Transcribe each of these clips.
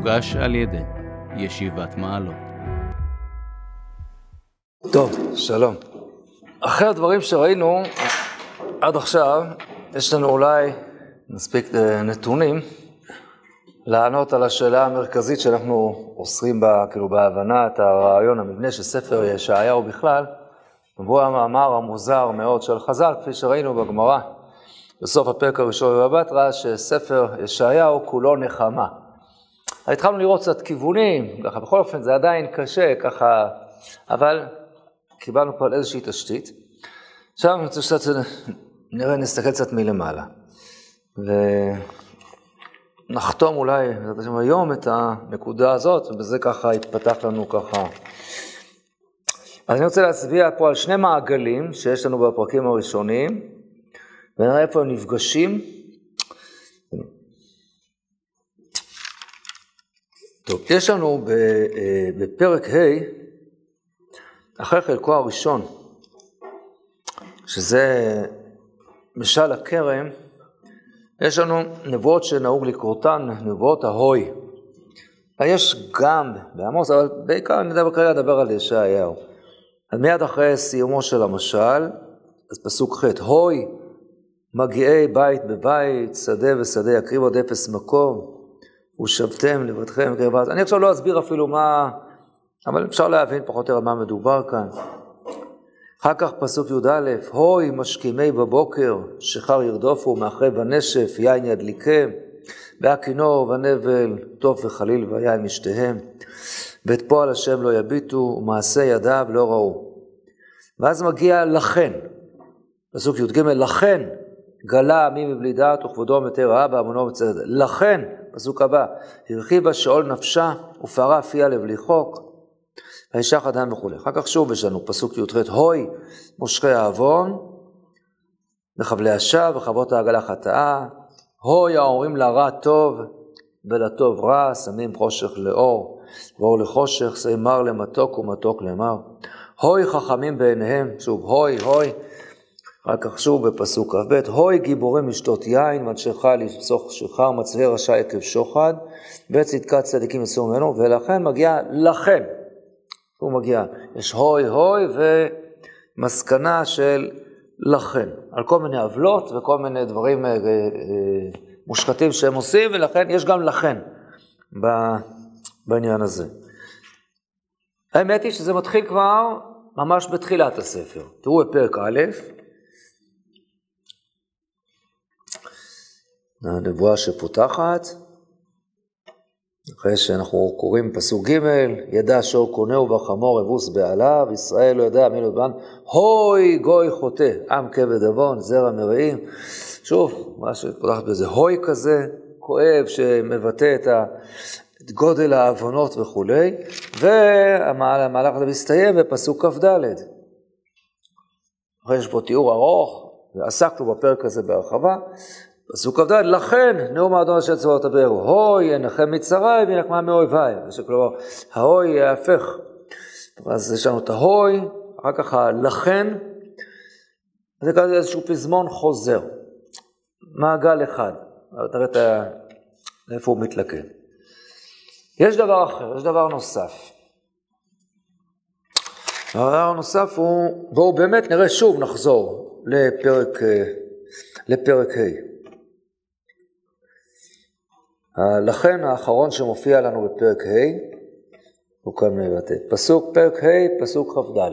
מוגש על ידי ישיבת מעלות. טוב, שלום. אחרי הדברים שראינו עד עכשיו, יש לנו אולי מספיק נתונים לענות על השאלה המרכזית שאנחנו עוסקים בה, כאילו בהבנת הרעיון, המבנה של ספר ישעיהו בכלל, והוא המאמר המוזר מאוד של חז"ל, כפי שראינו בגמרא, בסוף הפרק הראשון בבטרה, שספר ישעיהו כולו נחמה. התחלנו לראות קצת כיוונים, ככה, בכל אופן זה עדיין קשה, ככה, אבל קיבלנו פה על איזושהי תשתית. עכשיו אני רוצה שקצת, נסתכל קצת מלמעלה. ונחתום אולי היום את הנקודה הזאת, ובזה ככה יתפתח לנו ככה. אז אני רוצה להצביע פה על שני מעגלים שיש לנו בפרקים הראשונים, ונראה איפה הם נפגשים. טוב, יש לנו בפרק ה' אחרי חלקו הראשון, שזה משל הכרם, יש לנו נבואות שנהוג לקרותן, נבואות ההוי. יש גם בעמוס, אבל בעיקר נדבר על ישעיהו. אז מיד אחרי סיומו של המשל, אז פסוק ח' הוי, מגיעי בית בבית, שדה ושדה, יקריב עוד אפס מקום, ושבתם לבדכם קרבת. אני עכשיו לא אסביר אפילו מה, אבל אפשר להבין פחות או יותר מה מדובר כאן. אחר כך פסוק י"א, הוי משכימי בבוקר, שחר ירדופו, מאחרי ונשף, יין ידליקם, בהכינור ונבל, טוב וחליל ויין משתיהם, ואת פועל השם לא יביטו, ומעשה ידיו לא ראו. ואז מגיע לכן, פסוק י"ג, לכן גלה עמי מבלי דעת וכבודו מתי רעה בהמונו בצדק. לכן, פסוק הבא, הרחיבה שאול נפשה ופרה פיה לבלי חוק, הישח אדם וכו'. אחר כך שוב יש לנו פסוק י"ח, הוי מושכי העוון וחבלי השווא וחברות העגלה חטאה, הוי האומרים לרע טוב ולטוב רע, שמים חושך לאור ואור לחושך, שמים מר למתוק ומתוק למר. הוי חכמים בעיניהם, שוב הוי הוי, רק כך שוב בפסוק כ"ב, הוי גיבורים לשתות יין, ואנשיך לפסוח שכר, מצווה רשע עקב שוחד, וצדקת צדיקים יצאו ממנו, ולכן מגיע לכן. הוא מגיע, יש הוי הוי ומסקנה של לכן, על כל מיני עוולות וכל מיני דברים מושחתים שהם עושים, ולכן יש גם לכן בעניין הזה. האמת היא שזה מתחיל כבר ממש בתחילת הספר. תראו בפרק א', הנבואה שפותחת, אחרי שאנחנו קוראים פסוק ג', ידע שור קונהו בחמור אבוס בעליו, ישראל לא ידע מי לא בן, הוי גוי חוטא, עם כבד עוון, זרע מרעים. שוב, מה שפותחת בזה, הוי כזה, כואב, שמבטא את גודל העוונות וכו'. והמהלך הזה מסתיים בפסוק כ"ד. אחרי יש פה תיאור ארוך, ועסקנו בפרק הזה בהרחבה, פסוק כ"ד, לכן נאום האדון אשר צבאות הבאר, הוי ינחם מצרי וינקמה מאויביי. כלומר, ההוי יהפך. אז יש לנו את ההוי, אחר כך הלכן, זה כזה איזשהו פזמון חוזר. מעגל אחד. תראה איפה הוא מתלכד. יש דבר אחר, יש דבר נוסף. הדבר הנוסף הוא, בואו באמת נראה שוב, נחזור לפרק ה'. לכן האחרון שמופיע לנו בפרק ה' הוא כאן מבטא. פסוק פרק ה', פסוק כ"ד.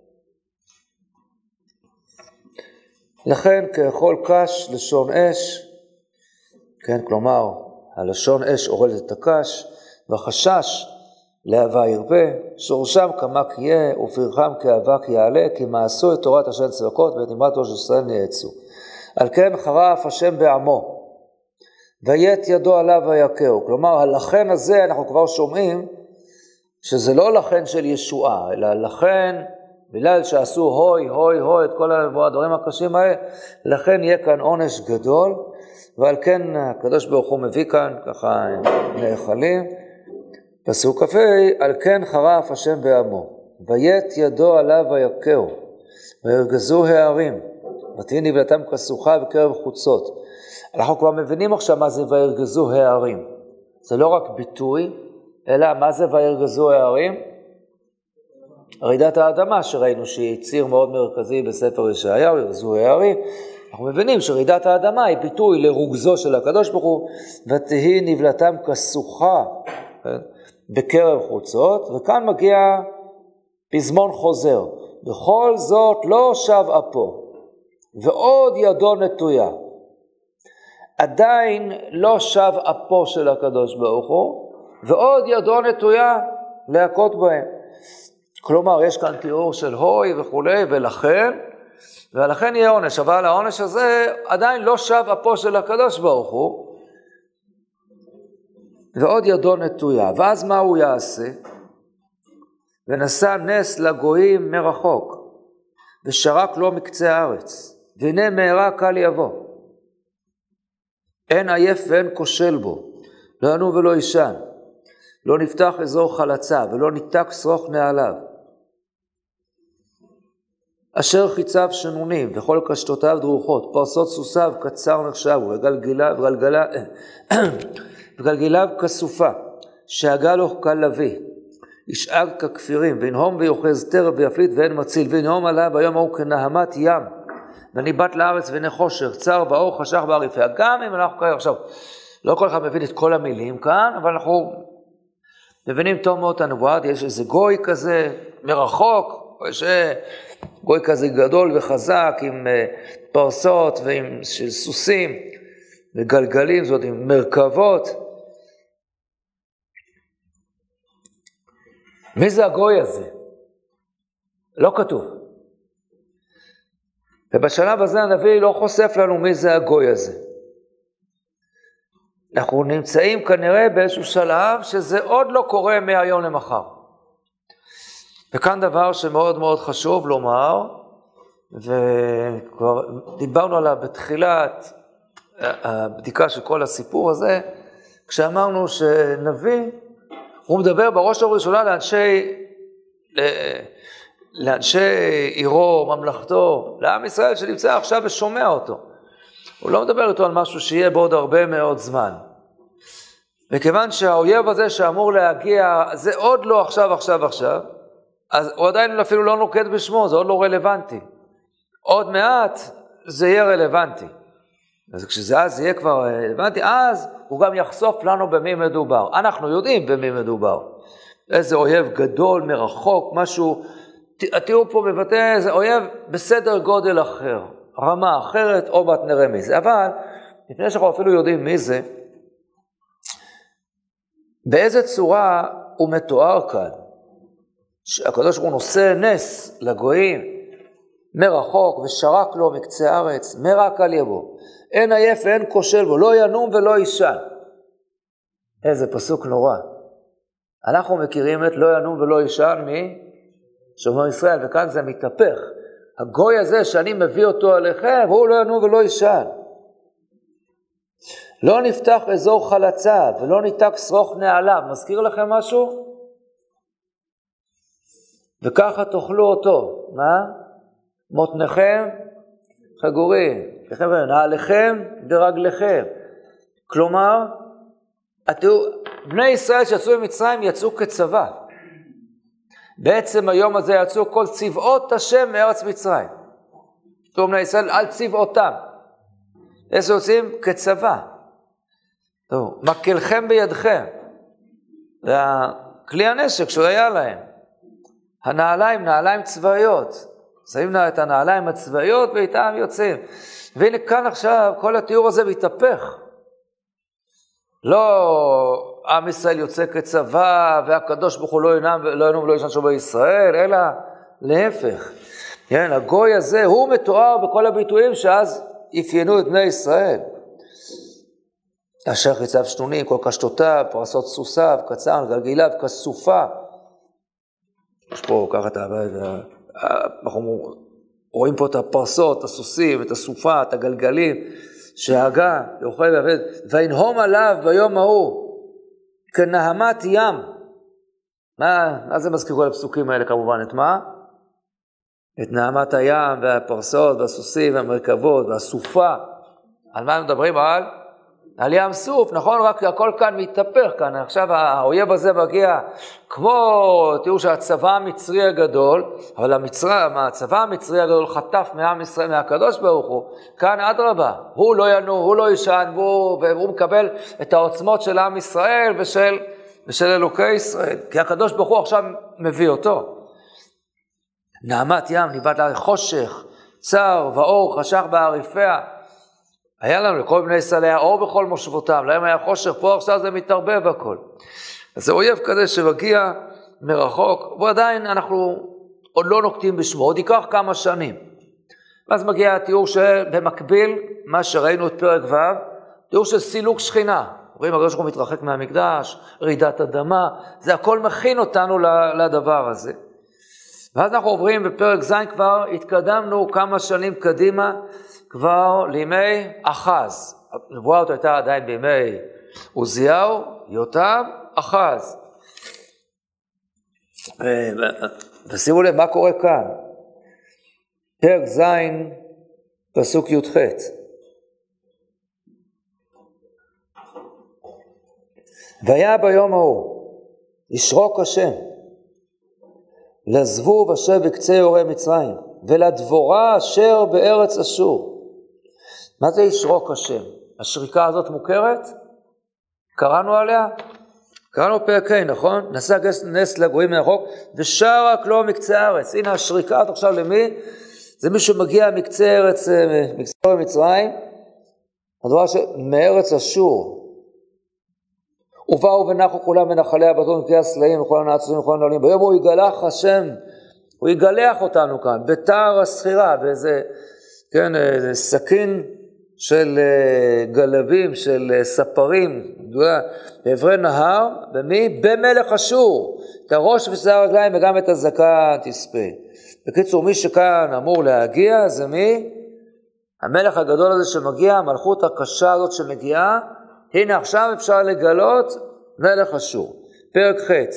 לכן כאכול קש לשון אש, כן, כלומר, הלשון אש אורלת את הקש, והחשש להבה ירבה, שורשם כמק יהיה, ופרחם כאבק יעלה, כי מעשו את תורת השם צבקות, ואת אמרתו של ישראל נעצו. על כן חרף השם בעמו, ויית ידו עליו ויקהו. כלומר, הלכן הזה אנחנו כבר שומעים, שזה לא לכן של ישועה, אלא לכן, בגלל שעשו הוי, הוי, הוי, את כל הדברים הקשים האלה, לכן יהיה כאן עונש גדול, ועל כן הקדוש ברוך הוא מביא כאן, ככה נאכלים, פסוק כ"ה, על כן חרף השם בעמו, ויית ידו עליו ויקהו, וירגזו הערים, ותהי נבלתם כסוכה בקרב חוצות. אנחנו כבר מבינים עכשיו מה זה וירגזו הערים. זה לא רק ביטוי, אלא מה זה וירגזו ההרים? רעידת האדמה שראינו שהיא ציר מאוד מרכזי בספר ישעיהו, ירגזו ההרים. אנחנו מבינים שרעידת האדמה היא ביטוי לרוגזו של הקדוש ברוך הוא, ותהי נבלתם כסוחה בקרב חוצות, וכאן מגיע פזמון חוזר. בכל זאת לא שב אפו, ועוד ידו נטויה. עדיין לא שב אפו של הקדוש ברוך הוא, ועוד ידו נטויה להכות בהם. כלומר, יש כאן תיאור של הוי וכולי, ולכן יהיה עונש, אבל העונש הזה עדיין לא שב אפו של הקדוש ברוך הוא, ועוד ידו נטויה. ואז מה הוא יעשה? ונשא נס לגויים מרחוק, ושרק לו מקצה הארץ, והנה מהרה קל יבוא. אין עייף ואין כושל בו, לא ינום ולא ישן, לא נפתח אזור חלצה, ולא ניתק שרוך נעליו. אשר חיציו שנונים, וכל קשתותיו דרוכות, פרסות סוסיו קצר נחשבו, וגלגליו כסופה, שהגה לו כלביא, ישאג ככפירים, וינהום ויוחז טרף ויפליט ואין מציל, וינהום עליו ביום ההוא כנהמת ים, וניבט לארץ ואין חושר, צר באור חשך בעריפיה. גם אם אנחנו כאלה עכשיו, לא כל אחד מבין את כל המילים כאן, אבל אנחנו מבינים טוב מאוד את הנבואה. יש איזה גוי כזה מרחוק, או יש גוי כזה גדול וחזק עם פרסות ועם סוסים וגלגלים, זאת עם מרכבות. מי זה הגוי הזה? לא כתוב. ובשלב הזה הנביא לא חושף לנו מי זה הגוי הזה. אנחנו נמצאים כנראה באיזשהו שלב שזה עוד לא קורה מהיום למחר. וכאן דבר שמאוד מאוד חשוב לומר, וכבר דיברנו עליו בתחילת הבדיקה של כל הסיפור הזה, כשאמרנו שנביא, הוא מדבר בראש ובראשונה לאנשי עירו, ממלכתו, לעם ישראל שנמצא עכשיו ושומע אותו. הוא לא מדבר איתו על משהו שיהיה בעוד הרבה מאוד זמן. וכיוון שהאויב הזה שאמור להגיע, זה עוד לא עכשיו, אז הוא עדיין אפילו לא נוקט בשמו, זה עוד לא רלוונטי. עוד מעט זה יהיה רלוונטי. אז כשזה אז יהיה כבר רלוונטי, אז הוא גם יחשוף לנו במי מדובר. אנחנו יודעים במי מדובר. איזה אויב גדול מרחוק, משהו, התיאור פה מבטא איזה אויב בסדר גודל אחר, רמה אחרת, או בת נראה מי זה. אבל לפני שאנחנו אפילו יודעים מי זה, באיזה צורה הוא מתואר כאן, שהקדוש ברוך הוא נושא נס לגויים מרחוק ושרק לו מקצה הארץ, מהרה קל יבוא, אין עייף ואין כושל בו, לא ינום ולא ישן. איזה פסוק נורא. אנחנו מכירים את לא ינום ולא ישן משומר ישראל, וכאן זה מתהפך. הגוי הזה שאני מביא אותו עליכם, הוא לא ינום ולא ישן. לא נפתח אזור חלצה ולא ניתק שרוך נעליו. מזכיר לכם משהו? וככה תאכלו אותו. מה? מותניכם חגורים, נעליכם ורגליכם. כלומר, בני ישראל שיצאו ממצרים יצאו כצבא. בעצם היום הזה יצאו כל צבאות השם מארץ מצרים. טוב, בני ישראל על צבאותם. איזה יוצאים? כצבא. טוב, מקלכם בידכם. זה כלי הנשק שהיה להם. הנעליים, נעליים צבאיות. שמים את הנעליים הצבאיות ואיתם יוצאים. והנה כאן עכשיו כל התיאור הזה מתהפך. לא עם ישראל יוצא כצבא והקדוש ברוך הוא לא ינום ולא ישן שומר ישראל, אלא להפך. כן, הגוי הזה הוא מתואר בכל הביטויים שאז אפיינו את בני ישראל. אשר חיציו שנונים, כל קשתותיו, פרסות סוסיו, קצר, גלגליו, כסופה. יש פה ככה אנחנו רואים פה את הפרסות, את הסוסים, את הסופה, את הגלגלים, שהגה, יוכל ועבד, וינהום עליו ביום ההוא, כנהמת ים. מה זה מזכיר כל הפסוקים האלה כמובן? את מה? את נהמת הים והפרסות והסוסים והמרכבות והסופה. על מה הם מדברים? על ים סוף, נכון? רק הכל כאן מתהפך כאן. עכשיו האויב הזה מגיע כמו, תראו שהצבא המצרי הגדול, אבל הצבא המצרי הגדול חטף מעם ישראל, מהקדוש ברוך הוא, כאן אדרבה, הוא לא ינום, הוא לא ישן, והוא מקבל את העוצמות של עם ישראל ושל אלוקי ישראל, כי הקדוש ברוך הוא עכשיו מביא אותו. נעמת ים, ניבט לה חושך, צר ואור, חשך בעריפיה. היה לנו לכל בני ישראל היה אור בכל מושבותם, להם היה חושך, פה עכשיו זה מתערבב הכל. אז זה אויב כזה שמגיע מרחוק, ועדיין אנחנו עוד לא נוקטים בשמו, עוד ייקח כמה שנים. ואז מגיע התיאור שבמקביל, מה שראינו את פרק ו', תיאור של סילוק שכינה. רואים, הקדוש ברוך הוא מתרחק מהמקדש, רעידת אדמה, זה הכל מכין אותנו לדבר הזה. ואז אנחנו עוברים בפרק ז' כבר, התקדמנו כמה שנים קדימה, כבר לימי אחז. הנבואה הזאת הייתה עדיין בימי עוזיהו, יותם, אחז. ושימו לב מה קורה כאן. פרק ז', פסוק י"ח. והיה ביום ההוא, ישרוק השם, לזבוב אשר בקצה יורה מצרים, ולדבורה אשר בארץ אשור. מה זה ישרוק השם? השריקה הזאת מוכרת? קראנו עליה? קראנו פרק ה', נכון? נשא נס לגויים מרחוק, ושרק לו מקצה הארץ. הנה השריקה עכשיו למי? זה מי שמגיע מקצה ארץ, מקצה מצרים, הדבר מארץ אשור. ובאו ונחו כולם מנחלי הבתון, מקרי הסלעים, וכל הנעצורים, וכל הנעולים. ביום הוא יגלח השם, הוא יגלח אותנו כאן, בתער הסחירה, באיזה, כן, סכין של גלבים, של ספרים, בעברי נהר, במי? במלך אשור. את הראש ושיער הרגליים וגם את הזקן תספה. בקיצור, מי שכאן אמור להגיע, זה מי? המלך הגדול הזה שמגיע, המלכות הקשה הזאת שמגיעה, הנה עכשיו אפשר לגלות מלך אשור. פרק ח'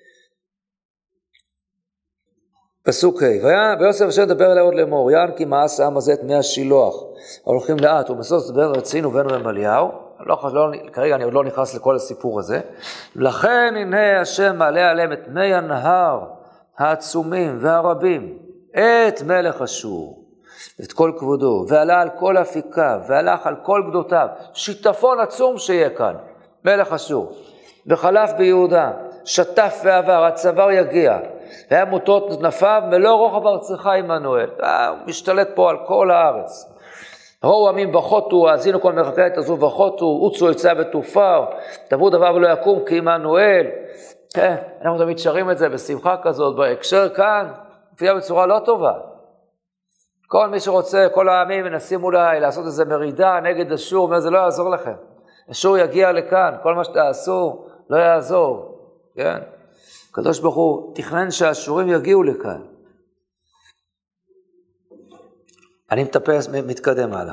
פסוק ה' ויוסף אשר דבר אליו עוד לאמור, יען כי מאס העם הזה את מי השילוח, הולכים לאט, ומסוס בין רצין ובין רמליהו, כרגע אני עוד לא נכנס לכל הסיפור הזה, לכן הנה השם מעלה עליהם את מי הנהר העצומים והרבים, את מלך אשור, את כל כבודו, ועלה על כל אפיקיו, והלך על כל גדותיו, שיטפון עצום שיהיה כאן, מלך אשור, וחלף ביהודה, שטף ועבר, הצוואר יגיע, והיה מוטות נפיו, מלוא רוחב ארצך עמנואל, הוא משתלט פה על כל הארץ. ראו עמים וחוטו, האזינו כל מרחקי התעזבו וחוטו, עוצו יצא ותופר, תבואו דבר ולא יקום כי עמנואל. אנחנו תמיד שרים את זה בשמחה כזאת, בהקשר כאן, מופיע בצורה לא טובה. כל מי שרוצה, כל העמים מנסים אולי לעשות איזה מרידה נגד אשור, אומר זה לא יעזור לכם. אשור יגיע לכאן, כל מה שתעשו לא יעזור. כן? הקדוש ברוך הוא תכנן שהאשורים יגיעו לכאן. אני מטפס, מתקדם הלאה.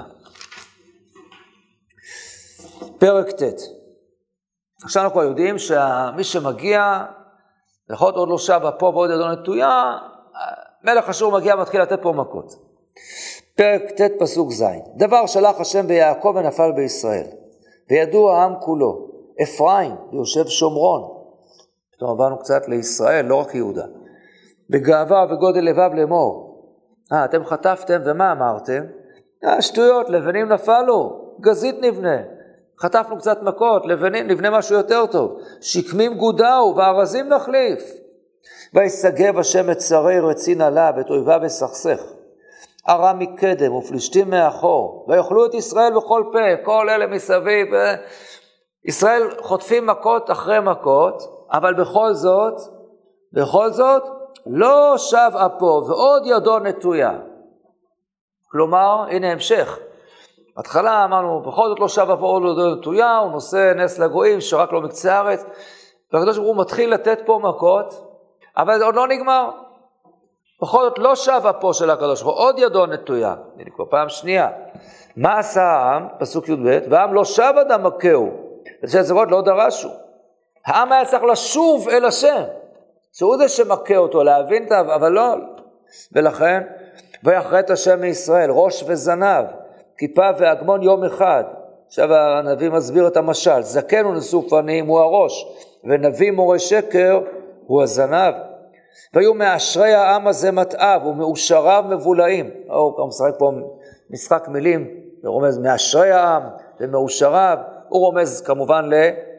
פרק ט'. עכשיו אנחנו יודעים שמי שמגיע, יכול להיות עוד לא שווה פה ועוד ידו נטויה, מלך אשור מגיע מתחיל לתת פה מכות. פרק ט' פסוק ז'. דבר שלח השם ביעקב ונפל בישראל, וידוע העם כולו, אפרים ויושב שומרון. פתאום עברנו קצת לישראל, לא רק יהודה. בגאווה וגודל לבב לאמור. אתם חטפתם ומה אמרתם? שטויות, לבנים נפלו, גזית נבנה. חטפנו קצת מכות, לבנים נבנה משהו יותר טוב. שקמים גודאו וארזים נחליף. ויסגב השם את שרי רצין עליו, את אויביו וסכסך. ארם מקדם ופלישתים מאחור. ויאכלו את ישראל בכל פה, כל אלה מסביב. ישראל חוטפים מכות אחרי מכות, אבל בכל זאת, לא שב אפו ועוד ידו נטויה. כלומר, הנה המשך. התחלה אמרנו, בכל זאת לא שב אפו עוד ידו נטויה, הוא נושא נס לגויים שרק לא מקצה הארץ. והקדוש ברוך הוא מתחיל לתת פה מכות, אבל זה עוד לא נגמר. בכל זאת לא שב אפו של הקדוש ברוך הוא, עוד ידו נטויה. הנה כבר פעם שנייה. מה עשה העם? פסוק י"ב, והעם לא שב אדם מכהו. וזה זרות לא דרשו. העם היה צריך לשוב אל השם. שהוא זה שמכה אותו, להבין את אבל לא. ולכן, ויחרט השם מישראל, ראש וזנב, כיפה ואגמון יום אחד, עכשיו הנביא מסביר את המשל, זקן ונשוא פנים הוא הראש, ונביא מורה שקר הוא הזנב. והיו מאשרי העם הזה מטעיו, ומאושריו מבולעים. הוא משחק פה משחק מילים, הוא רומז מאשרי העם ומאושריו, הוא רומז כמובן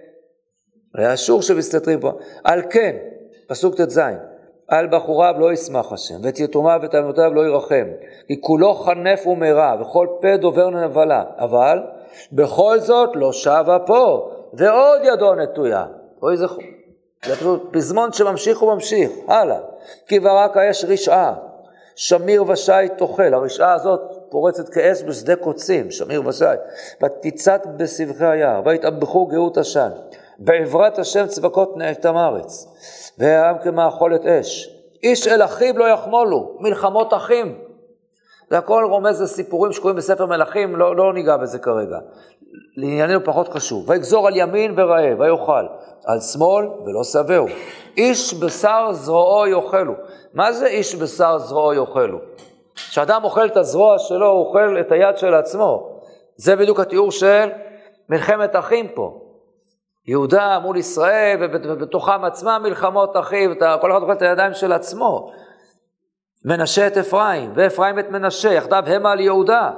לאשור שמסתתרים פה. על כן, פסוק ט"ז, על בחוריו לא ישמח השם, ואת יתומיו ואת אלמנותיו לא ירחם, כי כולו חנף ומרע, וכל פה דובר נבלה, אבל בכל זאת לא שבה פה, ועוד ידו נטויה. אוי זה פזמון שממשיך וממשיך, הלאה. כי ברק האש רשעה, שמיר ושי תאכל, הרשעה הזאת פורצת כאש בשדה קוצים, שמיר ושי, ותצת בסבכי היער, והתאבחו גאות עשן, בעברת השם צבקות נאטם ארץ, והעם כמאכולת אש, איש אל אחיו לא יחמולו, מלחמות אחים. זה הכל רומז לסיפורים שקוראים בספר מלכים, לא ניגע בזה כרגע. לענייננו פחות חשוב. ויגזור על ימין ורעב, ויאכל, על שמאל ולא שבעו. איש בשר זרועו יאכלו. מה זה איש בשר זרועו יאכלו? כשאדם אוכל את הזרוע שלו, הוא אוכל את היד של עצמו. זה בדיוק התיאור של מלחמת אחים פה. יהודה מול ישראל, ובתוכם עצמם מלחמות אחים, כל אחד אוכל את הידיים של עצמו. מנשה את אפרים, ואפרים את מנשה, יחדיו המה על יהודה.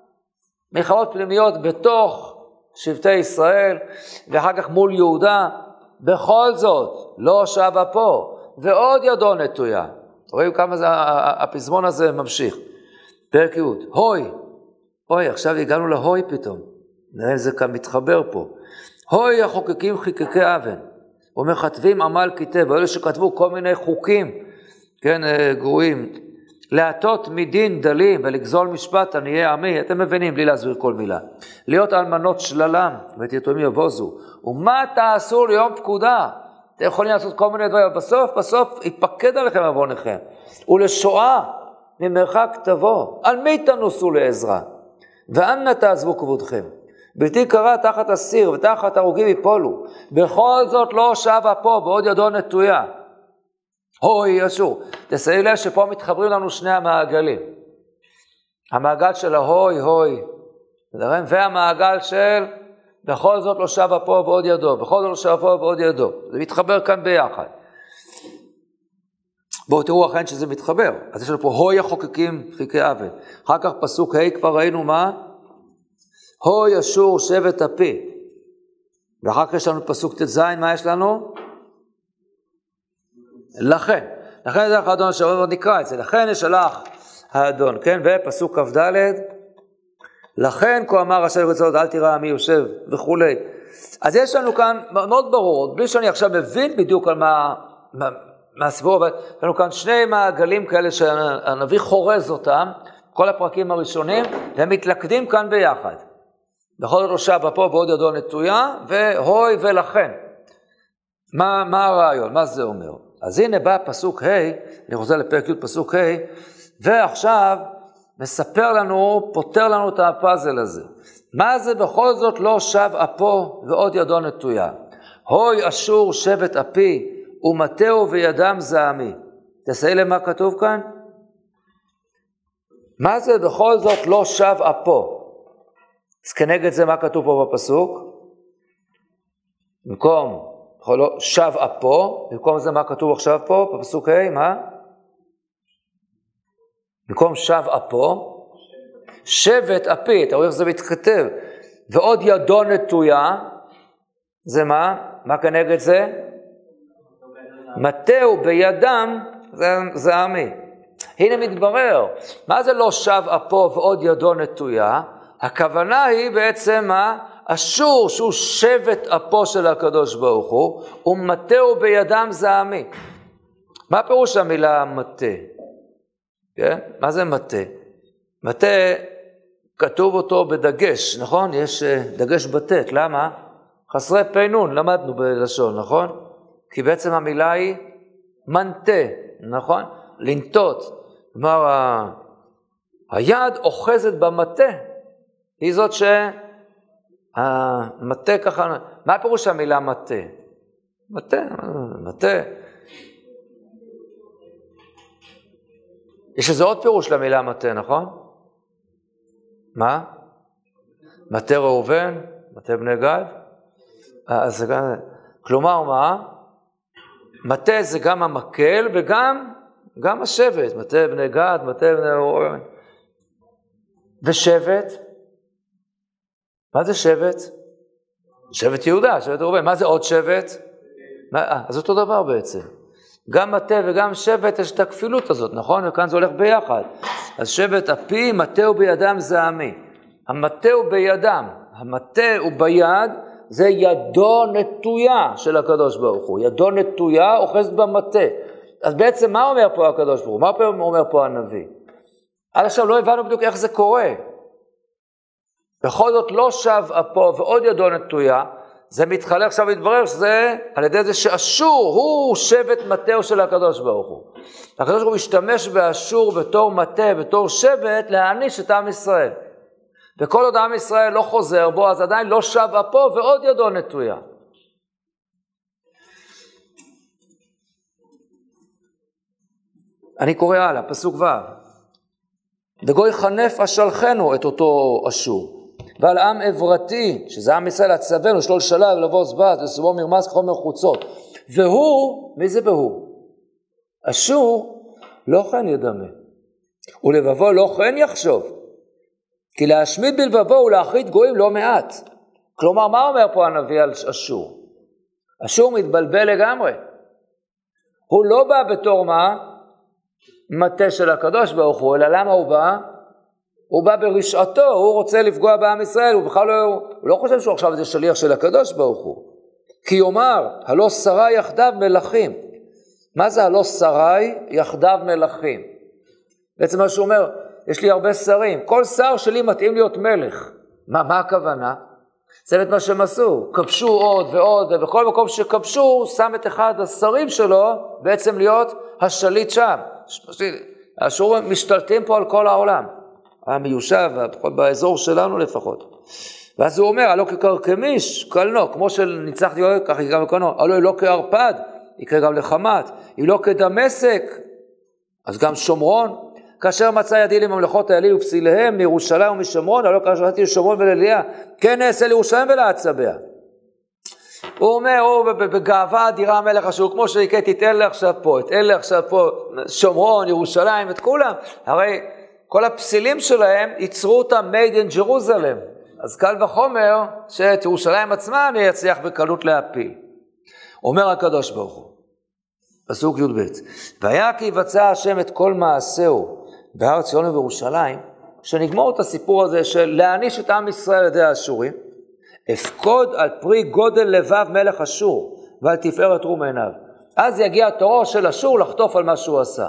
מלחמות פנימיות בתוך שבטי ישראל, ואחר כך מול יהודה. בכל זאת, לא שבה פה, ועוד ידו נטויה. רואים כמה זה, הפזמון הזה ממשיך. פרק י' הוי, אוי, עכשיו הגענו להוי פתאום. נראה אם זה כאן מתחבר פה. הוי החוקקים חיקקי אבן, ומכתבים עמל כתב, ואלה שכתבו כל מיני חוקים, כן, גרועים, להטות מדין דלים ולגזול משפט עניי עמי, אתם מבינים בלי להסביר כל מילה. להיות אלמנות שללם ואת יתומים יבוזו, ומה תעשו ליום פקודה? אתם יכולים לעשות כל מיני דברים, בסוף ייפקד עליכם עוונכם, ולשואה ממרחק תבוא, על מי תנוסו לעזרה? ואנה תעזבו כבודכם? בלתי קרא תחת הסיר ותחת הרוגים יפולו, בכל זאת לא שבה פה ועוד ידו נטויה. הוי אשור, תסעי לב שפה מתחברים לנו שני המעגלים. המעגל של ההוי הוי, והמעגל של בכל זאת לא שבה פה ועוד ידו, בכל זאת לא שבה פה ועוד ידו. זה מתחבר כאן ביחד. בואו תראו אכן שזה מתחבר. אז יש לנו פה הוי החוקקים חיקי אבן. אחר כך פסוק ה' כבר ראינו מה? הוי אשור שבט אפי. ואחר כך יש לנו פסוק ט"ז, מה יש לנו? לכן זה האדון אשר נקרא את זה, לכן ישלח האדון, כן? ופסוק כ"ד, לכן כה אמר השם לצבאות, אל תירא מי יושב וכו'. אז יש לנו כאן מאוד ברור, בלי שאני עכשיו מבין בדיוק על מה הסבור, אבל יש לנו כאן שני מעגלים כאלה שהנביא חורז אותם, כל הפרקים הראשונים, והם מתלכדים כאן ביחד. בכל זאת לא שבה פה ועוד ידו נטויה, והוי ולכן. מה הרעיון? מה זה אומר? אז הנה בא פסוק ה', אני חוזר לפרק י' פסוק ה', ועכשיו מספר לנו, פותר לנו את הפאזל הזה. מה זה בכל זאת לא שב אפו ועוד ידו נטויה? הוי אשור שבט אפי, ומטהו וידם זעמי. תסעי למה כתוב כאן? מה זה בכל זאת לא שב אפו? אז כנגד זה מה כתוב פה בפסוק? במקום שב אפו, במקום זה מה כתוב עכשיו פה, בפסוק ה', מה? במקום שב אפו, שבט אפי, אתה רואה איך זה מתכתב, ועוד ידו נטויה, זה מה? מה כנגד זה? מטהו בידם, זה עמי. הנה מתברר, מה זה לא שב אפו ועוד ידו נטויה? הכוונה היא בעצם מה? אשור שהוא שבט אפו של הקדוש ברוך הוא, ומטהו בידם זעמי. מה פירוש המילה מטה? כן? מה זה מטה? מטה כתוב אותו בדגש, נכון? יש דגש בטט, למה? חסרי פינון, למדנו בלשון, נכון? כי בעצם המילה היא מנטה, נכון? לנטות. כלומר, היד אוחזת במטה, היא זאת המטה ככה, מה פירוש המילה מטה? מטה. יש איזה עוד פירוש למילה מטה, נכון? מה? מטה ראובן, מטה בני גד. כלומר מה? מטה זה גם המקל וגם השבט, מטה בני גד, מטה בני ראובן. ושבט? מה זה שבט? שבט יהודה, שבט ראובן. מה זה עוד שבט? אז אותו דבר בעצם. גם מטה וגם שבט יש את הכפילות הזאת, נכון? וכאן זה הולך ביחד. אז שבט אפי, מטה הוא בידם זה עמי. המטה הוא בידם, המטה הוא ביד, זה ידו נטויה של הקדוש ברוך הוא. ידו נטויה אוחזת במטה. אז בעצם מה אומר פה הקדוש ברוך הוא? מה אומר פה הנביא? עד עכשיו לא הבנו בדיוק איך זה קורה. בכל זאת לא שב אפו ועוד ידו נטויה, זה מתחלק עכשיו להתברר שזה על ידי זה שאשור הוא שבט מטהו של הקדוש ברוך הוא. הקדוש ברוך הוא משתמש באשור בתור מטה, בתור שבט להעניש את עם ישראל. וכל עוד עם ישראל לא חוזר בו, אז עדיין לא שב אפו ועוד ידו נטויה. אני קורא הלאה, פסוק ו' וגוי חנף אשלחנו את אותו אשור. ועל עם עברתי, שזה עם ישראל הצוונו, לשלול שלב, לבוס בז, לסובו מרמס כחומר חוצות. והוא, מי זה והוא? אשור לא כן ידמה, ולבבו לא כן יחשוב, כי להשמיד בלבבו ולהחריד גויים לא מעט. כלומר, מה אומר פה הנביא על אשור? אשור מתבלבל לגמרי. הוא לא בא בתור מה? מטה של הקדוש ברוך הוא, אלא למה הוא בא? הוא בא ברשעתו, הוא רוצה לפגוע בעם ישראל, הוא בכלל לא חושב שהוא עכשיו איזה שליח של הקדוש ברוך הוא. כי יאמר, הלא שרי יחדיו מלכים. מה זה הלא שרי יחדיו מלכים? בעצם מה שהוא אומר, יש לי הרבה שרים, כל שר שלי מתאים להיות מלך. מה הכוונה? זה את מה שהם עשו, כבשו עוד ועוד, ובכל מקום שכבשו, שם את אחד השרים שלו, בעצם להיות השליט שם. האשורים משתלטים פה על כל העולם. המיושב, באזור שלנו לפחות. ואז הוא אומר, הלא כקרקמיש, קלנו, כמו שניצחתי, כך יקרא בקנו, הלא לא כערפד, יקרא גם לחמת, אם לא כדמשק, אז גם שומרון, כאשר מצא ידי לממלכות האליל ופסיליהם, מירושלים ומשומרון, הלא כאשר נתתי לשומרון ולליה, כן נעשה לירושלים ולהצבע. הוא אומר, הוא בגאווה אדירה המלך אשור, כמו שהקראתי את אלה עכשיו פה, את אלה עכשיו פה, שומרון, ירושלים, את כולם, הרי כל הפסילים שלהם ייצרו אותם made in Jerusalem, אז קל וחומר שאת ירושלים עצמה אני אצליח בקלות להפיל. אומר הקדוש ברוך הוא, פסוק י"ב, והיה כי יבצע השם את כל מעשהו בהר ציון ובירושלים, שנגמור את הסיפור הזה של להעניש את עם ישראל על ידי האשורים, אפקוד על פרי גודל לבב מלך אשור, ועל תפארת רום עיניו. אז יגיע תורו של אשור לחטוף על מה שהוא עשה.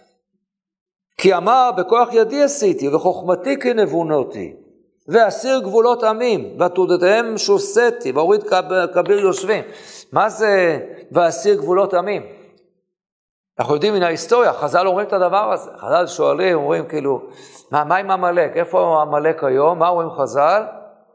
כי אמר בכוח ידי עשיתי, וחוכמתי כנבונותי, ואסיר גבולות עמים, ועתודותיהם שוסתי, והוריד כביר יושבים. מה זה ואסיר גבולות עמים? אנחנו יודעים מן ההיסטוריה, חז"ל אומרים את הדבר הזה. חז"ל שואלים, אומרים כאילו, מה עם עמלק? איפה עמלק היום? מה אומרים חז"ל?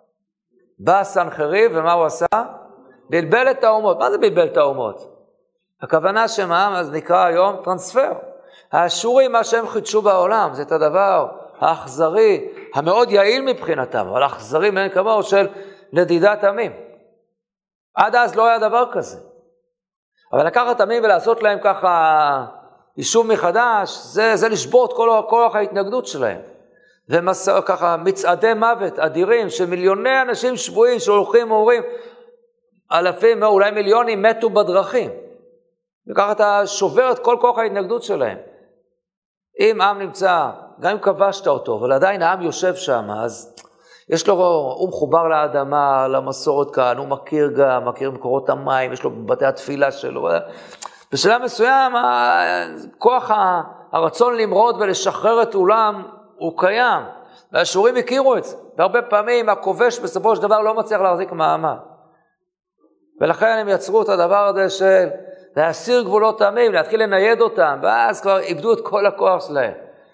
בא סנחריב, ומה הוא עשה? בלבל את האומות. מה זה בלבל את האומות? הכוונה שמה, אז נקרא היום טרנספר. האשורים, מה שהם חידשו בעולם, זה את הדבר האכזרי, המאוד יעיל מבחינתם, אבל האכזרי מעין כמוהו של נדידת עמים. עד אז לא היה דבר כזה. אבל לקחת עמים ולעשות להם ככה יישוב מחדש, זה לשבור את כל כוח ההתנגדות שלהם. וככה מצעדי מוות אדירים, שמיליוני אנשים שבויים שהולכים ואומרים, אלפים, אולי מיליונים מתו בדרכים. וככה אתה שובר את כל כוח ההתנגדות שלהם. אם עם נמצא, גם אם כבשת אותו, אבל עדיין העם יושב שם, אז יש לו, הוא מחובר לאדמה, למסורת כאן, הוא מכיר מקורות המים, יש לו בתי התפילה שלו. בשלב מסוים, כוח הרצון למרוד ולשחרר את אולם הוא קיים, והאשורים הכירו את זה. והרבה פעמים הכובש בסופו של דבר לא מצליח להחזיק מעמד. ולכן הם יצרו את הדבר הזה של להסיר גבולות עמים, להתחיל לנייד אותם, ואז כבר איבדו את כל הכוח שלהם.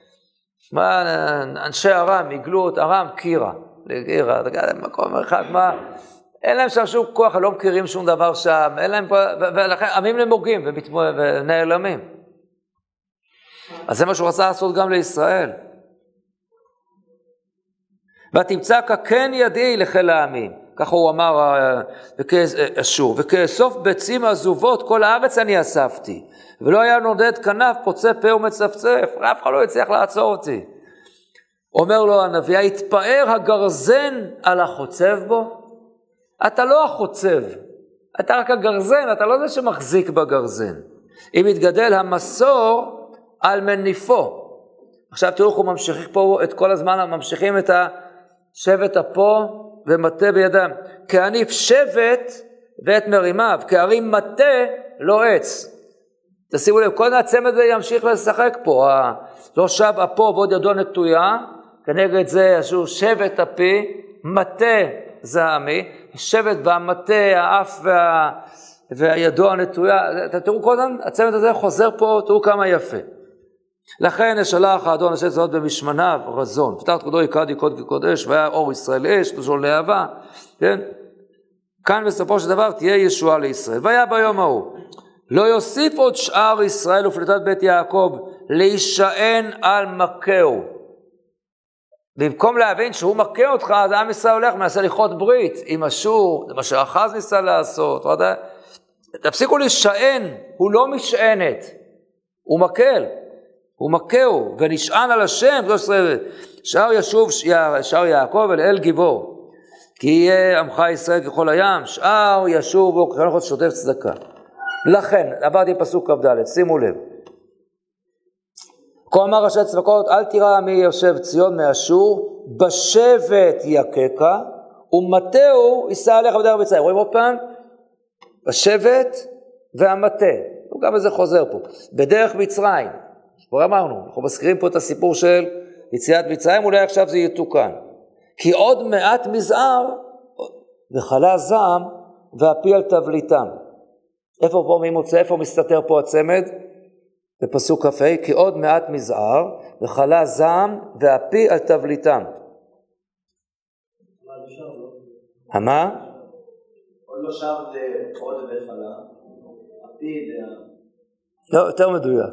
אנשי ארם, עיגלו את ארם קירה, לגירה, מקום אחד, אין להם שם שום כוח, לא מכירים שום דבר שם, אין להם, ולכן עמים למוגים ונעלמים. אז זה מה שהוא רצה לעשות גם לישראל. ותמצא ככן ידי לחיל העמים, ככה הוא אמר אשור, וכאסוף ביצים עזובות כל הארץ אני אספתי, ולא היה נודד כנף, פוצה פה ומצפצף, אף אחד לא הצליח לעצור אותי. אומר לו הנביא, התפאר הגרזן על החוצב בו? אתה לא החוצב, אתה רק הגרזן, אתה לא זה שמחזיק בגרזן. אם יתגדל המסור על מניפו. עכשיו תראו, אנחנו ממשיכים פה את כל הזמן, ממשיכים את השבט אפו ומטה בידם. כעניף שבט ואת מרימיו, כערים מטה לא עץ. תשימו לב, כל הצמד הזה ימשיך לשחק פה. לא שב אפו ועוד ידו נטויה, כנגד זה אשור שבט אפי, מטה זעמי, שבט והמטה, האף והידו הנטויה. תראו כל הזמן, הצמד הזה חוזר פה, תראו כמה יפה. לכן ישלח האדון אשר צבאות במשמניו רזון, פתח כבודו יקרא קוד כקודש, והיה אור ישראל אש, תשול להבה, כן? כאן בסופו של דבר תהיה ישועה לישראל. והיה ביום ההוא, לא יוסיף עוד שאר ישראל ופליטת בית יעקב להישען על מכהו. במקום להבין שהוא מכה אותך, אז עם ישראל הולך, מנסה לכרות ברית עם אשור, זה מה שאחז ניסה לעשות. תפסיקו להישען, הוא לא משענת, הוא מקל. הוא מכהו ונשען על השם, שער ישוב שער יעקב אל גיבור, כי יהיה עמך ישראל ככל הים, שער ישוב בו ככל שוטף צדקה. לכן, עברתי פסוק כ"ד, שימו לב. כה אמר ראשי צבאות, אל תירא מי יושב ציון מאשור, בשבט יככה, ומטהו יישא עליך בדרך מצרים. רואים עוד פעם? בשבט והמטה. גם זה חוזר פה. בדרך מצרים. כבר אמרנו, אנחנו מזכירים פה את הסיפור של יציאת מצרים, אולי עכשיו זה יתוקן. כי עוד מעט מזער, וחלה זעם, והפי על תבליתם. איפה פה מי מוצא? איפה מסתתר פה הצמד? בפסוק כ"ה, כי עוד מעט מזער, וחלה זעם, והפי על תבליתם. מה? עוד לא שב עוד וחלה, הפי לא, יותר מדויק.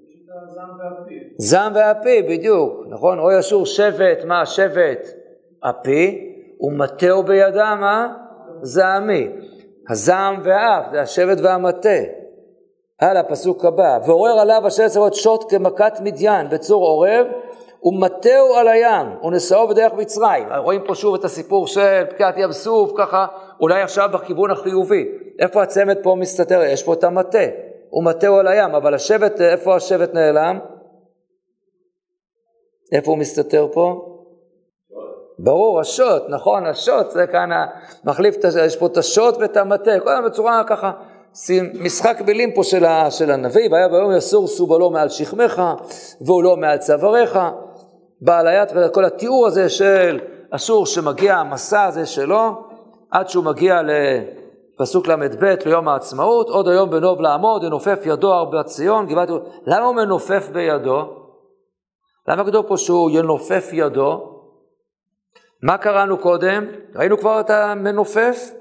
זעם והפי, בדיוק, נכון? או ישור שבט, מה? שבט הפי, ומטהו בידם, מה? זעמי. הזעם והאף, זה השבט והמטה. הלאה, פסוק הבא. ועורר עליו אשר צבאות שוט כמכת מדיין בצור עורב, ומטהו על הים, ונשאו בדרך מצרים. רואים פה שוב את הסיפור של פקיעת ים סוף, ככה, אולי עכשיו בכיוון החיובי. איפה הצמד פה מסתתר? יש פה את המטה. ומטהו על הים, אבל השבט, איפה השבט נעלם? איפה הוא מסתתר פה? ברור, השוט, נכון, השוט, זה כאן מחליף, יש פה את השוט ואת המטה, כל הזמן בצורה ככה, משחק מילים פה של הנביא, והיה ביום יסור סובלו מעל שכמך, והוא לא מעל צוואריך, בעל היד, וכל התיאור הזה של אשור שמגיע, המסע הזה שלו, עד שהוא מגיע פסוק למד ב' ליום העצמאות, עוד היום בנוב לעמוד, ינופף ידו הרבה ציון, למה הוא מנופף בידו? למה כתוב פה שהוא ינופף ידו? מה קראנו קודם? ראינו כבר את המנופף?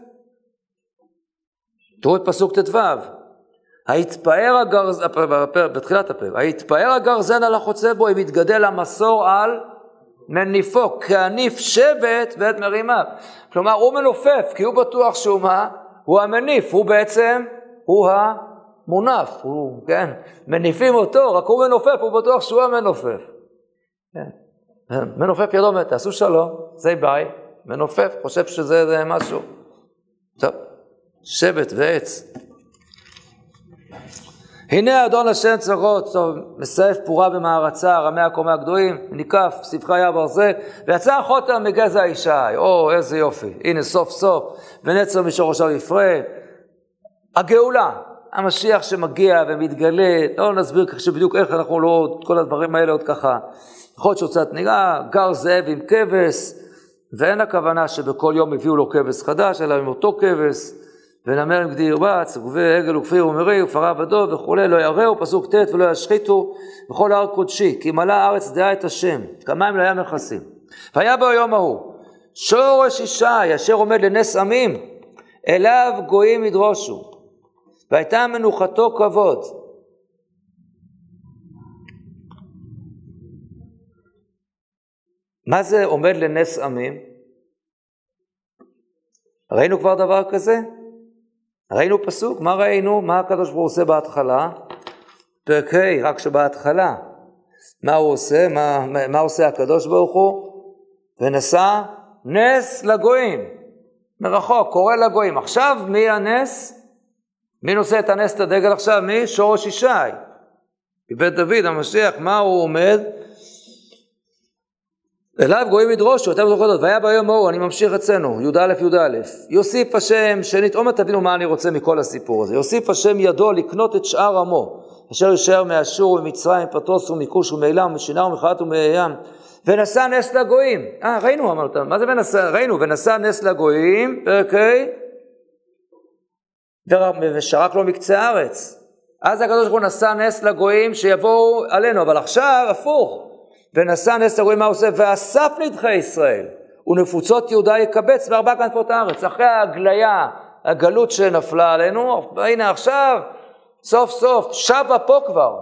תראו את פסוק ט"ו. ההתפאר הגרזן, בתחילת הפרק, ההתפאר הגרזן על החוצה בו, אם יתגדל המסור על מניפו, כעניף שבט ואת מרימיו. כלומר, הוא מנופף, כי הוא בטוח שהוא מה? הוא המניף, הוא בעצם, הוא המונף, הוא, כן, מניפים אותו, רק הוא מנופף, הוא בטוח שהוא המנופף. כן. מנופף ידו, תעשו שלום, זה ביי, מנופף, חושב שזה משהו. טוב, שבט ועץ. הנה אדון השם צבאות, מסעף פורה במערצה, רמי הקומי הגדולים, ניקף, סבכה היה ברזל, ויצא החוטר מגזע ישי, או איזה יופי, הנה סוף סוף, ונצר משורשיו יפרה, הגאולה, המשיח שמגיע ומתגלה, לא נסביר כך שבדיוק איך אנחנו לא, כל הדברים האלה עוד ככה, יכול להיות שהוצאת ניגה, גר זאב עם כבש, ואין הכוונה שבכל יום הביאו לו כבש חדש, אלא עם אותו כבש, ונמר עם גדי ירבץ, ועגל וכפיר ומרי ופרה ודוב וכו', לא יראו, פסוק ט' ולא ישחיתו בכל הר קודשי, כי מלא הארץ דעה את השם, כמים לא היה מכסים. והיה ביום ההוא, שורש ישי אשר עומד לנס עמים, אליו גויים ידרושו, והייתה מנוחתו כבוד. מה זה עומד לנס עמים? ראינו כבר דבר כזה? ראינו פסוק? מה ראינו? מה הקדוש ברוך הוא עושה בהתחלה? פרק ה', רק שבהתחלה. מה הוא עושה? מה עושה הקדוש ברוך הוא? ונשא נס לגויים. מרחוק, קורא לגויים. עכשיו מי הנס? מי נושא את הנס, את הדגל עכשיו? מי? שורש ישי. בבית דוד המשיח, מה הוא עומד? אליו גויים ידרושו, אתם זוכרות, והיה ביום ההוא, אני ממשיך אצלנו, י"א. יוסיף השם, שנית, עוד תבינו מה אני רוצה מכל הסיפור הזה. יוסיף השם ידו לקנות את שאר עמו, אשר יישאר מאשור ומצרים, פטרוס ומכוש ומעילם ומשינר ומחת ומהים, ונשא נס לגויים. ראינו, אמרנו, מה זה ונשא? ראינו, ונשא נס לגויים, פרק ה', ושרק לו מקצה הארץ. אז הקדוש ברוך הוא נשא נס לגויים שיבואו עלינו, אבל עכשיו הפוך. ונשא נס לגויים, מה עושה? ואסף נדחי ישראל, ונפוצות יהודה יקבץ בארבע כנפות הארץ. אחרי ההגליה, הגלות שנפלה עלינו, הנה עכשיו, סוף סוף, שבה פה כבר.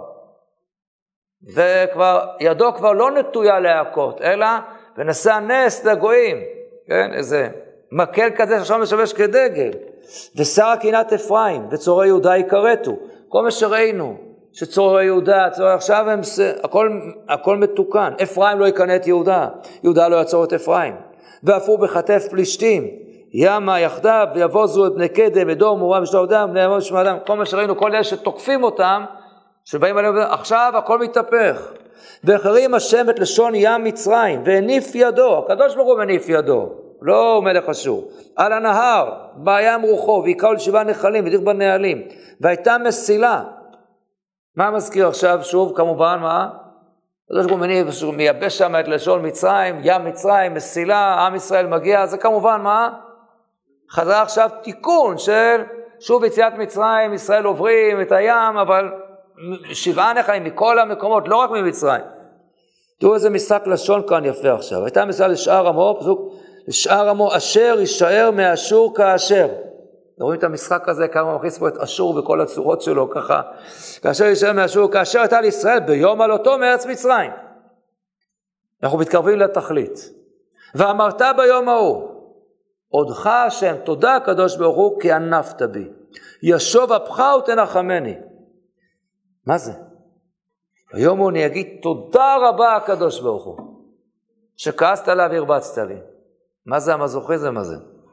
וכבר, ידו כבר לא נטויה להכות, אלא ונשא נס לגויים. כן, איזה מקל כזה שעכשיו משמש כדגל. ושר קינת אפרים, וצורי יהודה יקרתו. כל מה שראינו, שצורי יהודה, עכשיו הם, הכל מתוקן. אפרים לא יקנה את יהודה, יהודה לא יעצור את אפרים. ואפו בחטף פלישתים, ימה יחדיו, ויבוזו את בני קדם, אדום, מורם, משלוח דם, בני עמוד ושמע דם. כל מה שראינו, כל אלה שתוקפים אותם, שבאים עליהם, עכשיו הכל מתהפך. והחרים השם את לשון ים מצרים, והניף ידו, הקדוש ברוך הוא מניף ידו, לא מלך אשור, על הנהר, בים רוחו, ויקראו לשבעה נחלים, ודרך בנהלים, והייתה מסילה. מה מזכיר עכשיו? שוב, כמובן, מה? הקדוש ברוך הוא מייבש שם את לשון מצרים, ים מצרים, מסילה, עם ישראל מגיע, זה כמובן, מה? חזר עכשיו תיקון של, שוב יציאת מצרים, ישראל עוברים את הים, אבל שבעה נחלים מכל המקומות, לא רק ממצרים. תראו איזה משחק לשון כאן יפה עכשיו. הייתה מסילה לשאר עמו, פסוק, לשאר עמו אשר יישאר מאשור כאשר. רואים את המשחק הזה, כמה מכניס פה את אשור בכל הצורות שלו, ככה. כאשר יישאר מאשור כאשר הייתה לישראל ביום עלותו מארץ מצרים. אנחנו מתקרבים לתכלית. ואמרת ביום ההוא, עודך השם, תודה הקדוש ברוך הוא, כי ענפת בי. ישוב אפך ותנחמני. מה זה? היום הוא אני אגיד תודה רבה הקדוש ברוך הוא, שכעסת עליו והרבצת לי. מה זה המזוכיזם הזה?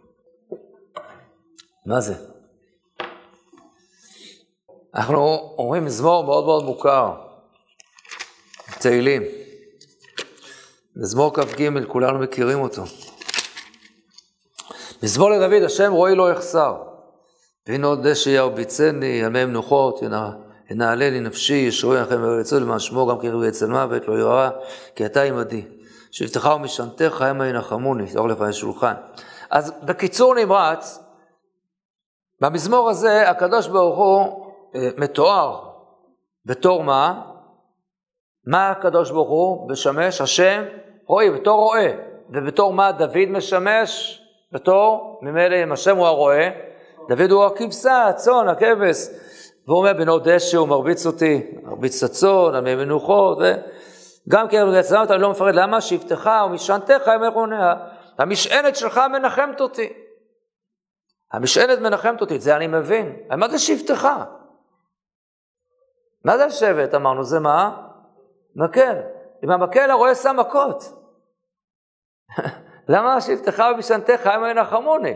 מה זה? אנחנו אומרים מזמור מאוד מאוד מוכר, תהילים. מזמור כ"ג, כולנו מכירים אותו. מזמור לדוד, השם רואי לא יחסר. והנה עוד דשא ירביצני, על מי מנוחות, ינעלה לי נפשי, ישרוי לכם ויצאו למען שמו, גם קרבי אצל מוות, לא יראה, כי אתה עמדי. שבטך ומשענתך, המה ינחמוני, תאור לפני שולחן. אז בקיצור נמרץ, במזמור הזה, הקדוש ברוך הוא מתואר בתור מה? מה הקדוש ברוך הוא משמש? השם רואי, בתור רואה. ובתור מה דוד משמש? בתור, ממילא אם השם הוא הרואה, דוד הוא הכבשה, הצאן, הכבש. והוא אומר, בנו דשא הוא מרביץ אותי, מרביץ את הצאן, על מי מנוחות, וגם כי אני לא מפרד, למה? שבטך ומשענתך, המשענת שלך מנחמת אותי. המשענת מנחמת אותי, זה אני מבין. מה זה שבטך? מה זה השבט? אמרנו, זה מה? מקל. אם המקל הרואה שם מכות. למה שבטך ומשענתך, המה ינחמוני?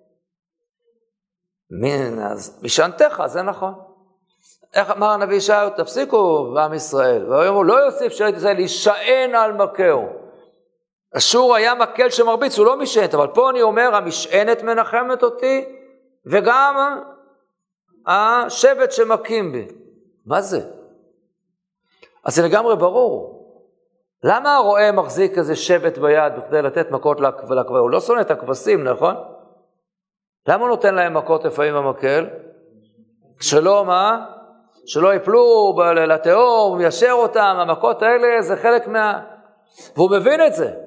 אז משענתך, זה נכון. איך אמר הנביא ישעיהו, תפסיקו בעם ישראל, והיום הוא לא יוסיף שארית ישראל להישען על מכהו. אשור היה מקל שמרביץ, הוא לא משענת, אבל פה אני אומר, המשענת מנחמת אותי, וגם השבט שמקים בי. מה זה? אז זה לגמרי ברור. למה הרועה מחזיק איזה שבט ביד, בכדי לתת מכות לכבשים? הוא לא שונא את הכבשים, נכון? למה הוא נותן להם מכות לפעמים במקל? שלא מה? שלא יפלו לתהום, הוא מיישר אותם, המכות האלה זה חלק והוא מבין את זה.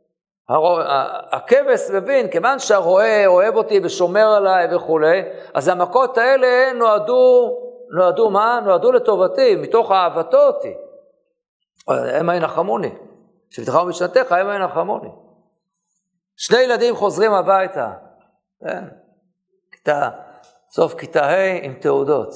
הכבש מבין, כיוון שהרועה אוהב אותי ושומר עליי וכו', אז המכות האלה נועדו מה? נועדו לטובתי, מתוך אהבתו אותי. הם ינחמוני. שבטך ומשענתך המה ינחמוני. שני ילדים חוזרים הביתה, כן? סוף כיתה ה' עם תעודות.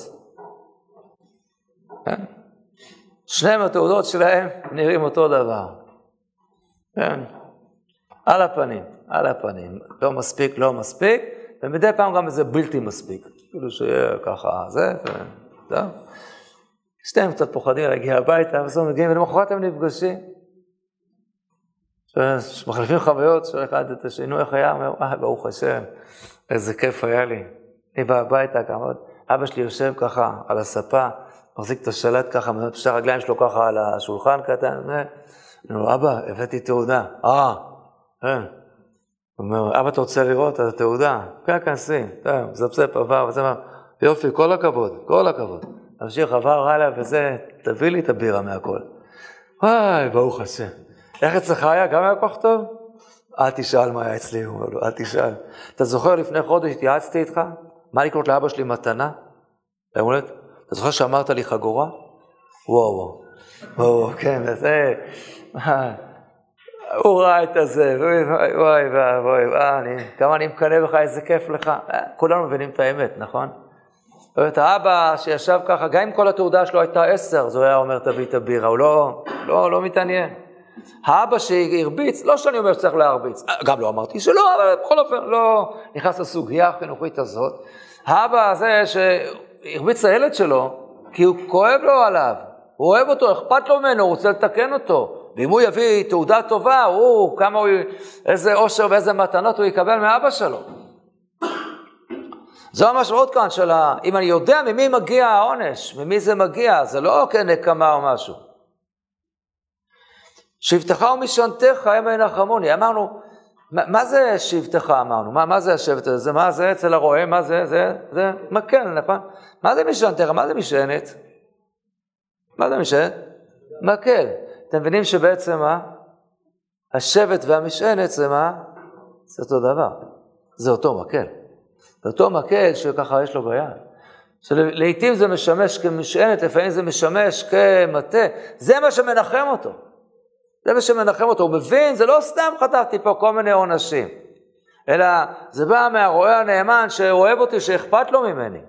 כן? שניהם התעודות שלהם נראים אותו דבר. כן? על הפנים. לא מספיק, ומדי פעם גם זה בלתי מספיק. כאילו שיהיה ככה, זהו. שניהם קצת פוחדים להגיע הביתה, בסוף מגיעים, ולמחרת הם נפגשים. שמחליפים חוויות, שאחד את השני, איך היה, אומר, ברוך השם, איזה כיף היה לי. אני בא הביתה, כמובן, אבא שלי יושב ככה על הספה, מחזיק את השלט ככה, משך הרגליים שלו ככה על השולחן קטן, אני אומר, אבא, הבאתי תעודה. כן. הוא אומר, אבא, אתה רוצה לראות את התעודה? כן, כנסי, זפזפ עבר, וזה אומר, יופי, כל הכבוד. המשיך עבר הלאה, וזה, תביא לי את הבירה מהכל. וואי, ברוך השם. איך אצלך היה? גם היה כוח טוב? אל תשאל מה היה אצלי, הוא אומר לו, אל תשאל. אתה זוכר לפני חודש, התייעצתי איתך? מה לקנות לאבא שלי מתנה? אתה זוכר שאמרת לי חגורה? וואו, כן, וזה... הוא ראה את הזה, וואי, כמה אני מקנה בך, איזה כיף לך. כולנו מבינים את האמת, נכון? את האבא שישב ככה, גם אם כל התעודה שלו הייתה 10, זה היה אומר תביא את הבירה, הוא לא מתעניין. האבא שהרביץ, לא שאני אומר שצריך להרביץ, גם לא אמרתי שלא, אבל בכל אופן לא נכנס לסוגיה החינוכית הזאת. האבא הזה שהרביץ לילד שלו, כי הוא כואב לו עליו, הוא אוהב אותו, אכפת לו ממנו, הוא רוצה לתקן אותו. ואם הוא יביא תעודה טובה, איזה אושר ואיזה מתנות הוא יקבל מאבא שלו. זו המשמעות כאן של אם אני יודע ממי מגיע העונש, ממי זה מגיע, זה לא כנקמה או משהו. שבטך ומשענתך המה ינחמוני. אמרנו, מה זה שבטך אמרנו? מה זה השבט הזה? מה זה אצל הרועה? מה זה? זה מקל, נכון? מה זה משענתך? מה זה משענת? מה זה משענת? מקל. אתם מבינים שבעצם השבט והמשענת זה מה? זה אותו דבר. זה אותו מקל. זה אותו מקל שככה יש לו ביד. שלעיתים זה משמש כמשענת, לפעמים זה משמש כמטה. זה מה שמנחם אותו. הוא מבין, זה לא סתם חטפתי פה כל מיני עונשים. אלא זה בא מהרועה הנאמן שאוהב אותי, שאכפת לו ממני.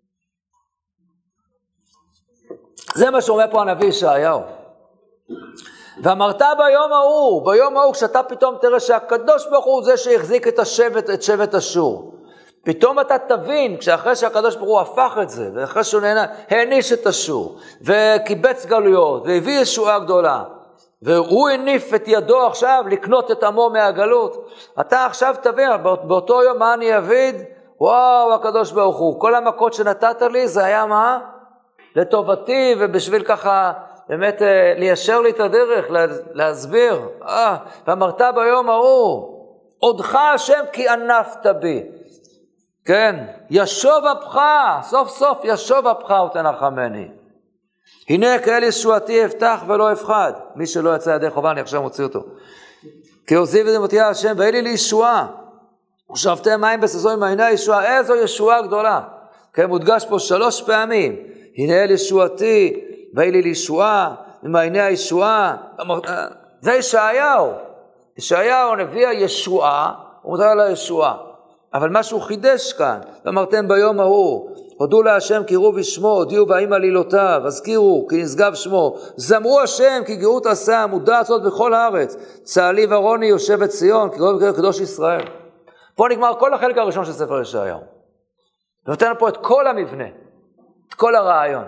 זה מה שאומר פה הנביא ישעיהו. ואמרת ביום ההוא, כשאתה פתאום תראה שהקדוש ברוך הוא זה שהחזיק את שבט אשור. פתאום אתה תבין, כשאחרי שהקדוש ברוך הוא הפך את זה, ואחרי שהוא העניש את אשור, וקיבץ גלויות, והביא ישועה גדולה, והוא הניף את ידו עכשיו לקנות את עמו מהגלות, אתה עכשיו תבין, באותו יום מה אני אביד? וואו, הקדוש ברוך הוא, כל המכות שנתת לי זה היה מה? לטובתי, ובשביל ככה באמת ליישר לי את הדרך, להסביר. ואמרת ביום ההוא, עודך השם כי ענפת בי. כן, ישוב אפך, סוף סוף ישוב אפך ותנחמני. הנה כאל ישועתי אבטח ולא אפחד. מי שלא יצא ידי חובה, אני עכשיו מוציא אותו. כי עוזיב את דמותי השם, ואין לי לישועה. ושאבתם מים בססו עם העיני ישועה, איזו ישועה גדולה. כן, מודגש פה 3 פעמים. הנה אל ישועתי, ואין לי לישועה, עם העיני הישועה. זה ישעיהו נביא הישועה, הוא מדבר על הישועה. אבל מה שהוא חידש כאן, ואמרתם ביום ההוא, הודו להשם כי ראו בשמו, הודיעו באים עלילותיו, הזכירו כי נשגב שמו, זמרו השם כי גאות עשה, מודע זאת בכל הארץ, צהלי ורוני יושב את ציון, כי ראו קדוש ישראל. פה נגמר כל החלק הראשון של ספר ישעיהו. ונותן פה את כל המבנה, את כל הרעיון.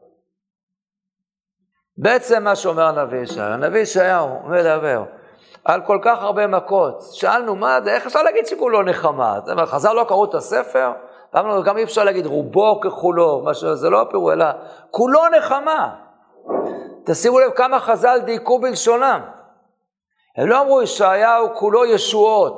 בעצם מה שאומר הנביא ישעיהו מדבר על כל כך הרבה מכות. שאלנו מה זה, איך אפשר להגיד שכולו נחמה? חז"ל לא קראו את הספר, גם אי אפשר להגיד רובו ככולו, זה לא הפירו, אלא כולו נחמה. תשימו לב כמה חז"ל דייקו בלשונם. הם לא אמרו ישעיהו כולו ישועות,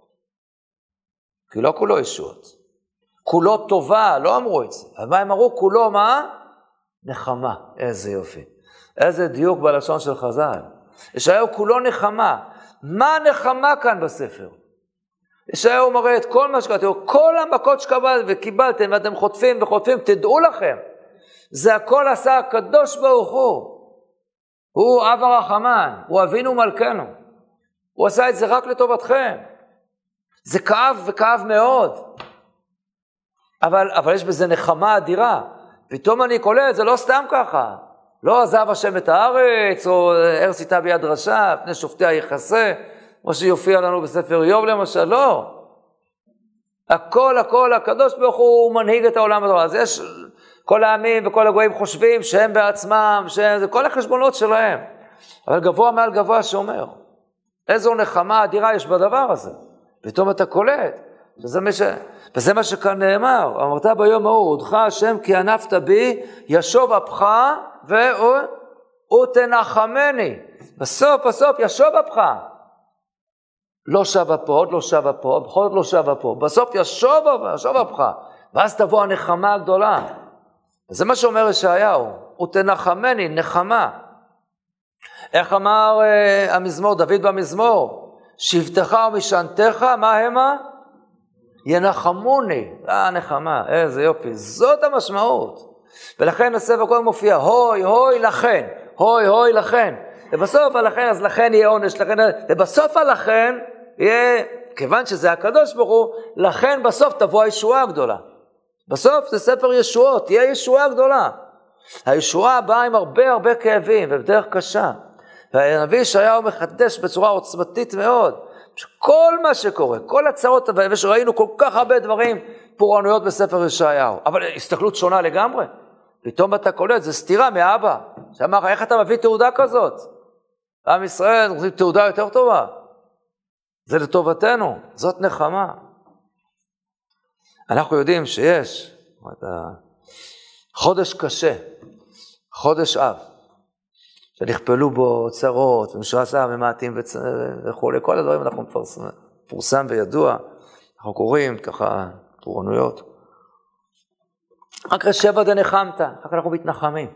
כי לא כולו ישועות. כולו טובה, לא אמרו את זה. אבל מה הם אמרו? כולו מה? נחמה. איזה יופי. איזה דיוק בלשון של חז"ל. ישעיהו כולו נחמה. מה נחמה כאן בספר? ישעיהו מראה את כל מה שקראתם, כל המכות וקיבלתם ואתם חוטפים וחוטפים, תדעו לכם, זה הכל עשה הקדוש ברוך הוא. הוא אב הרחמן, הוא אבינו מלכנו. הוא עשה את זה רק לטובתכם. זה כאב וכאב מאוד. אבל יש בזה נחמה אדירה. פתאום אני קולט, זה לא סתם ככה. לא עזב השם את הארץ, או ארץ איתה ביד רשע, פני שופטיה יכסה, כמו שיופיע לנו בספר איוב למשל, לא. הכל, הקדוש ברוך הוא מנהיג את העולם הזה. אז יש כל העמים וכל הגויים חושבים שהם בעצמם, זה כל החשבונות שלהם. אבל גבוה מעל גבוה שאומר, איזו נחמה אדירה יש בדבר הזה. פתאום אתה קולט, וזה מה שכאן נאמר, אמרת ביום ההוא, הודך השם כי ענפת בי, ישוב אפך ותנחמני. בסוף ישוב אפך. לא שווה פה, עוד לא שווה פה, בכל זאת לא שווה פה. בסוף ישוב אפך. ואז תבוא הנחמה הגדולה. וזה מה שאומר ישעיהו, ותנחמני, נחמה. איך אמר המזמור, דוד במזמור? שבטך ומשענתך, מה המה? ינחמוני. נחמה, איזה יופי. זאת המשמעות. ולכן הספר כל מופיע, הוי לכן, הוי לכן. ובסוף הלכן, אז לכן יהיה עונש, ובסוף הלכן יהיה, כיוון שזה הקדוש ברוך הוא, לכן בסוף תבוא הישועה הגדולה. בסוף זה ספר ישועות, תהיה ישועה גדולה. הישועה באה עם הרבה כאבים, ובדרך קשה. והנביא ישעיהו מחדש בצורה עוצמתית מאוד, שכל מה שקורה, כל הצרות, ושראינו כל כך הרבה דברים, פורענויות בספר ישעיהו, אבל הסתכלות שונה לגמרי. פתאום אתה קולט, זה סתירה מאבא, שאמר לך, איך אתה מביא תעודה כזאת? עם ישראל, רוצים תעודה יותר טובה. זה לטובתנו, זאת נחמה. אנחנו יודעים שיש חודש קשה, חודש אב, שנכפלו בו צרות, ומשרסה ממעטים וכו', כל הדברים אנחנו מפורסם וידוע, אנחנו קוראים ככה תורנויות. רק אחרי 7 דנחמת, רק אנחנו מתנחמים.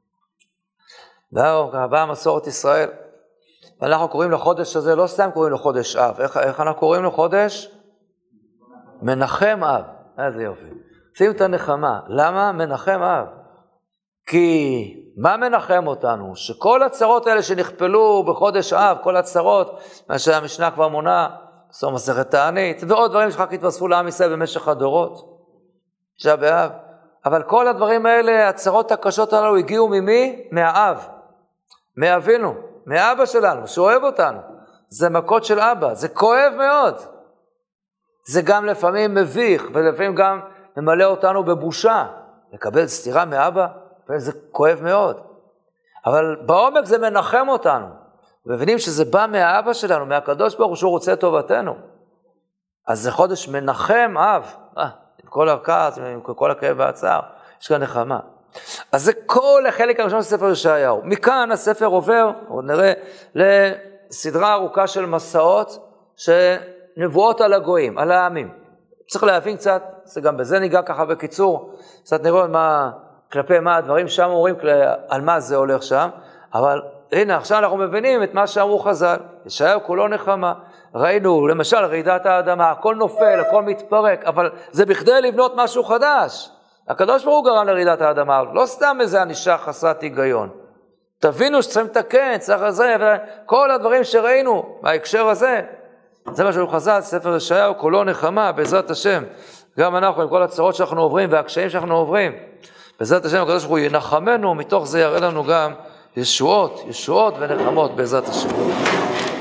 באה מסורת ישראל, ואנחנו קוראים לחודש הזה, לא סתם קוראים לחודש אב, איך אנחנו קוראים לחודש? מנחם אב, איזה יופי. שים את הנחמה, למה מנחם אב? כי מה מנחם אותנו? שכל הצרות האלה שנכפלו בחודש אב, כל הצרות, מה שהמשנה כבר מונה, בסוף מסכת תענית, ועוד דברים שכך התווספו לעם ישראל במשך הדורות, תשעה באב. אבל כל הדברים האלה, הצרות הקשות הללו, הגיעו ממי? מהאב, מאבינו, מאבא שלנו, שאוהב אותנו. זה מכות של אבא, זה כואב מאוד. זה גם לפעמים מביך, ולפעמים גם ממלא אותנו בבושה. לקבל סתירה מאבא, וזה כואב מאוד. אבל בעומק זה מנחם אותנו. מבינים שזה בא מהאבא שלנו, מהקדוש ברוך הוא, שהוא רוצה טובתנו. אז זה חודש מנחם אב, עם כל הכעס, עם כל הכאב והצער, יש כאן נחמה. אז זה כל החלק הראשון של ספר ישעיהו. מכאן הספר עובר, עוד נראה, לסדרה ארוכה של מסעות, שנבואות על הגויים, על העמים. צריך להבין קצת, זה גם בזה ניגע ככה בקיצור, קצת נראה כלפי מה הדברים שם אומרים, על מה זה הולך שם, אבל הנה עכשיו אנחנו מבינים את מה שאמרו חז"ל, ישעיהו כולו נחמה, ראינו למשל רעידת האדמה, הכל נופל, הכל מתפרק, אבל זה בכדי לבנות משהו חדש. הקדוש ברוך הוא גרם לרעידת האדמה, לא סתם איזה ענישה חסרת היגיון. תבינו שצריכים לתקן, צריך לזה, וכל הדברים שראינו בהקשר הזה, זה מה שהוא חז"ל, ספר ישעיהו כולו נחמה, בעזרת השם. גם אנחנו עם כל הצרות שאנחנו עוברים והקשיים שאנחנו עוברים, בעזרת השם הקדוש ברוך הוא ינחמנו, מתוך זה יראה לנו גם ישועות ונחמות בעזרת השם.